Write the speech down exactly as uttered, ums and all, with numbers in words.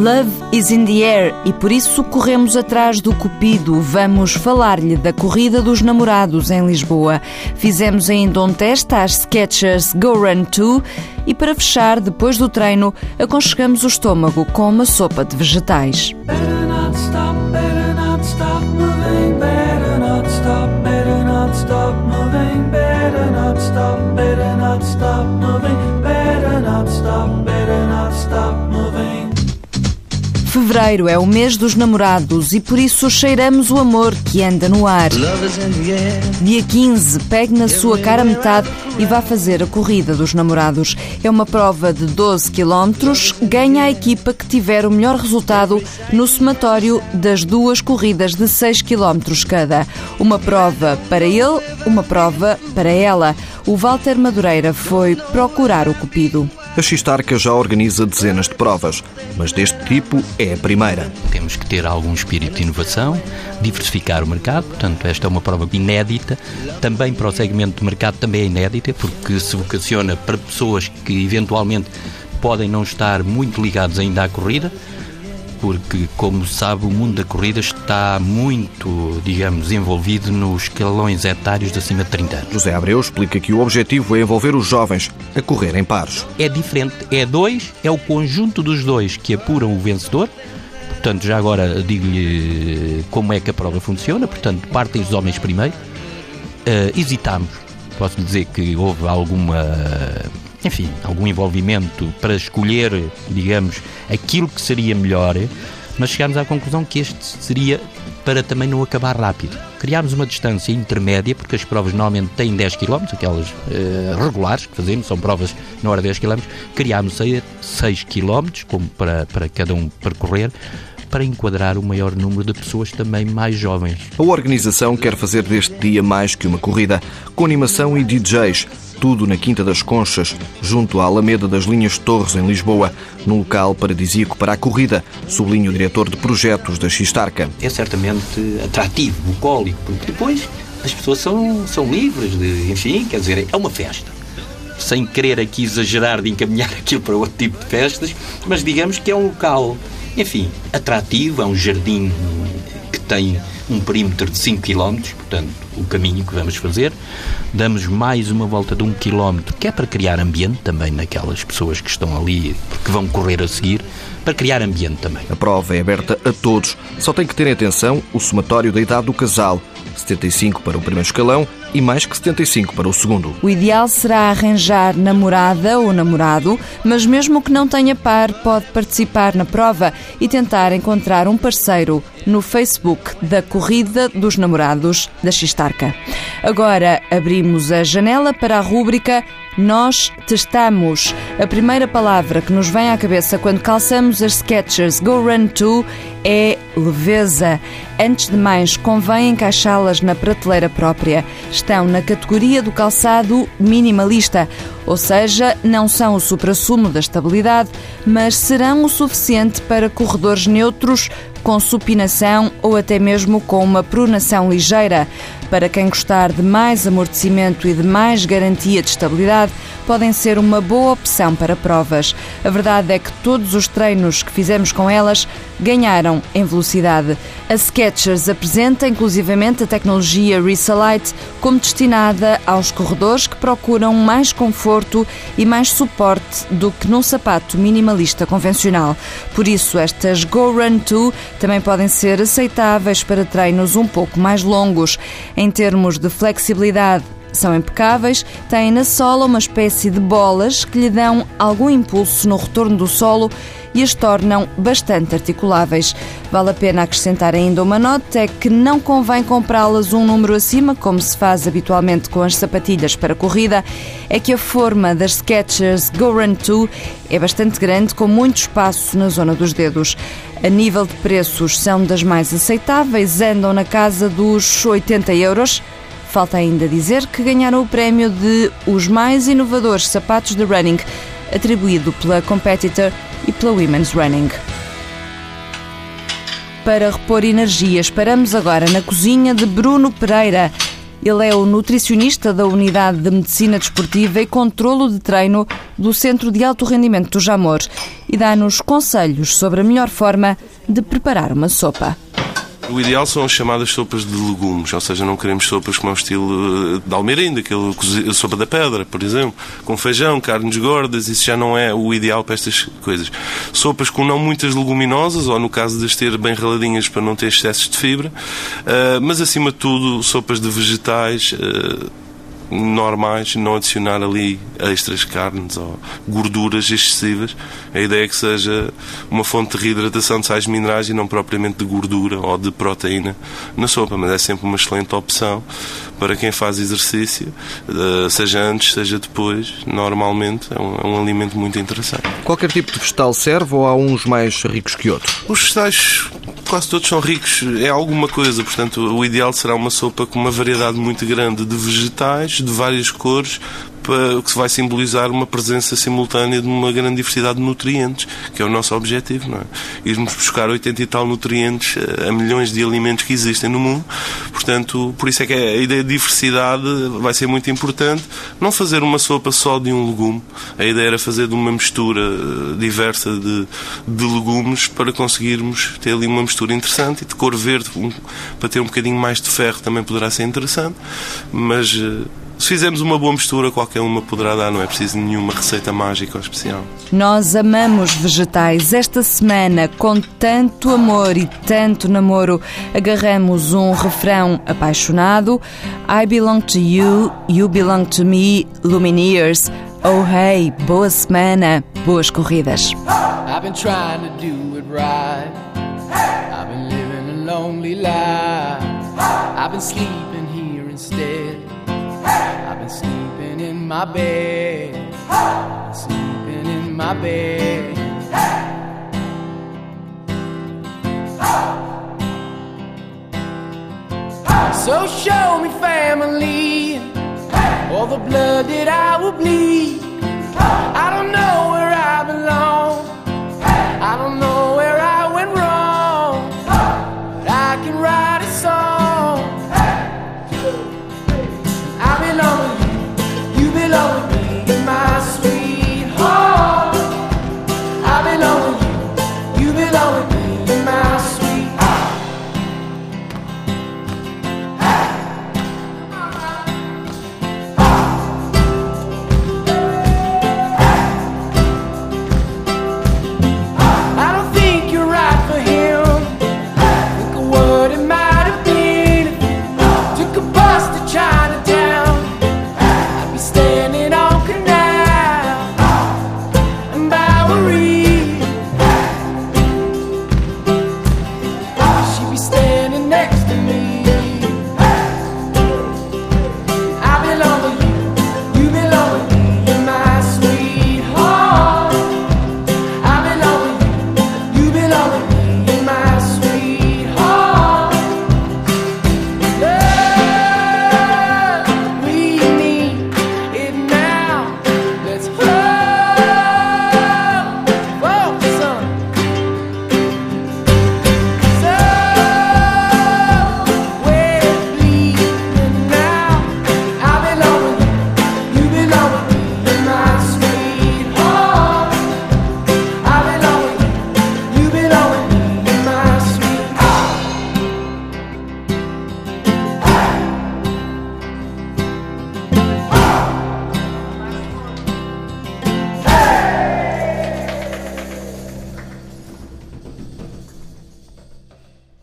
Love is in the air e por isso corremos atrás do Cupido. Vamos falar-lhe da Corrida dos Namorados em Lisboa. Fizemos ainda um teste às Skechers Go Run dois e para fechar, depois do treino, aconchegamos o estômago com uma sopa de vegetais. Better not stop, better not stop moving, better not stop, better not stop moving, better not stop, better not stop moving, better not stop, better not stop moving. Fevereiro é o mês dos namorados e por isso cheiramos o amor que anda no ar. Dia quinze, pegue na sua cara metade e vá fazer a Corrida dos Namorados. É uma prova de doze quilómetros, ganha a equipa que tiver o melhor resultado no somatório das duas corridas de seis quilómetros cada. Uma prova para ele, uma prova para ela. O Walter Madureira foi procurar o Cupido. A Xistarca já organiza dezenas de provas, mas deste tipo é a primeira. Temos que ter algum espírito de inovação, diversificar o mercado, portanto esta é uma prova inédita, também para o segmento de mercado também é inédita, porque se vocaciona para pessoas que eventualmente podem não estar muito ligados ainda à corrida, porque, como sabe, o mundo da corrida está muito, digamos, envolvido nos escalões etários de acima de trinta anos. José Abreu explica que o objetivo é envolver os jovens a correr em pares. É diferente, é dois, é o conjunto dos dois que apuram o vencedor. Portanto, já agora digo-lhe como é que a prova funciona. Portanto, partem os homens primeiro. Uh, hesitámos, posso lhe dizer que houve alguma... enfim, algum envolvimento para escolher, digamos, aquilo que seria melhor, mas chegámos à conclusão que este seria para também não acabar rápido. Criámos uma distância intermédia, porque as provas normalmente têm dez quilómetros, aquelas uh, regulares que fazemos, são provas na hora de dez quilómetros, criámos seis quilómetros, como para, para cada um percorrer, para enquadrar o maior número de pessoas também mais jovens. A organização quer fazer deste dia mais que uma corrida, com animação e D Js, tudo na Quinta das Conchas, junto à Alameda das Linhas de Torres, em Lisboa, num local paradisíaco para a corrida, sublinha o diretor de projetos da Xistarca. É certamente atrativo, bucólico, porque depois as pessoas são, são livres, de, enfim, quer dizer, é uma festa. Sem querer aqui exagerar de encaminhar aquilo para outro tipo de festas, mas digamos que é um local, enfim, atrativo, é um jardim que tem um perímetro de cinco quilómetros, portanto, o caminho que vamos fazer. Damos mais uma volta de um quilómetro, que é para criar ambiente também naquelas pessoas que estão ali, que vão correr a seguir, para criar ambiente também. A prova é aberta a todos, só tem que ter atenção o somatório da idade do casal, setenta e cinco para o primeiro escalão e mais que setenta e cinco para o segundo. O ideal será arranjar namorada ou namorado, mas mesmo que não tenha par, pode participar na prova e tentar encontrar um parceiro no Facebook da Corrida dos Namorados da Xistarca. Agora abrimos a janela para a rúbrica Nós Testamos. A primeira palavra que nos vem à cabeça quando calçamos as Skechers Go Run dois é leveza. Antes de mais, convém encaixá-las na prateleira própria. Estão na categoria do calçado minimalista, ou seja, não são o suprassumo da estabilidade, mas serão o suficiente para corredores neutros, com supinação ou até mesmo com uma pronação ligeira. Para quem gostar de mais amortecimento e de mais garantia de estabilidade, podem ser uma boa opção para provas. A verdade é que todos os treinos que fizemos com elas ganharam em velocidade. A Skechers apresenta inclusivamente a tecnologia Resalite como destinada aos corredores que procuram mais conforto e mais suporte do que num sapato minimalista convencional. Por isso, estas Go Run dois também podem ser aceitáveis para treinos um pouco mais longos. Em termos de flexibilidade, são impecáveis, têm na sola uma espécie de bolas que lhe dão algum impulso no retorno do solo e as tornam bastante articuláveis. Vale a pena acrescentar ainda uma nota, é que não convém comprá-las um número acima, como se faz habitualmente com as sapatilhas para corrida, é que a forma das Skechers Go Run dois é bastante grande, com muito espaço na zona dos dedos. A nível de preços, são das mais aceitáveis, andam na casa dos oitenta euros. Falta ainda dizer que ganharam o prémio de os mais inovadores sapatos de running, atribuído pela Competitor e pela Women's Running. Para repor energias, paramos agora na cozinha de Bruno Pereira. Ele é o nutricionista da Unidade de Medicina Desportiva e Controlo de Treino do Centro de Alto Rendimento do Jamor e dá-nos conselhos sobre a melhor forma de preparar uma sopa. O ideal são as chamadas sopas de legumes, ou seja, não queremos sopas como é o estilo de Almeirim, daquele sopa da pedra, por exemplo, com feijão, carnes gordas, isso já não é o ideal para estas coisas. Sopas com não muitas leguminosas, ou no caso de as ter bem raladinhas para não ter excessos de fibra, mas acima de tudo sopas de vegetais normais, não adicionar ali extras carnes ou gorduras excessivas. A ideia é que seja uma fonte de reidratação de sais minerais e não propriamente de gordura ou de proteína na sopa, mas é sempre uma excelente opção para quem faz exercício, seja antes, seja depois. Normalmente é um, é um alimento muito interessante. Qualquer tipo de vegetal serve ou há uns mais ricos que outros? Os vegetais quase todos são ricos, é alguma coisa, portanto o ideal será uma sopa com uma variedade muito grande de vegetais, de várias cores, o que vai simbolizar uma presença simultânea de uma grande diversidade de nutrientes, que é o nosso objetivo, não é? Irmos buscar oitenta e tal nutrientes a milhões de alimentos que existem no mundo, portanto, por isso é que a ideia de diversidade vai ser muito importante. Não fazer uma sopa só de um legume, a ideia era fazer de uma mistura diversa de, de legumes para conseguirmos ter ali uma mistura interessante, e de cor verde, um, para ter um bocadinho mais de ferro também poderá ser interessante, mas se fizermos uma boa mistura, qualquer uma poderá dar, não é preciso nenhuma receita mágica ou especial. Nós amamos vegetais. Esta semana, com tanto amor e tanto namoro, agarramos um refrão apaixonado: I belong to you, you belong to me, Lumineers. Oh hey, boa semana, boas corridas. I've been trying to do it right. I've been living a lonely life. I've been sleeping here instead. I've been sleeping in my bed, sleeping in my bed. So show me family, all the blood that I will bleed.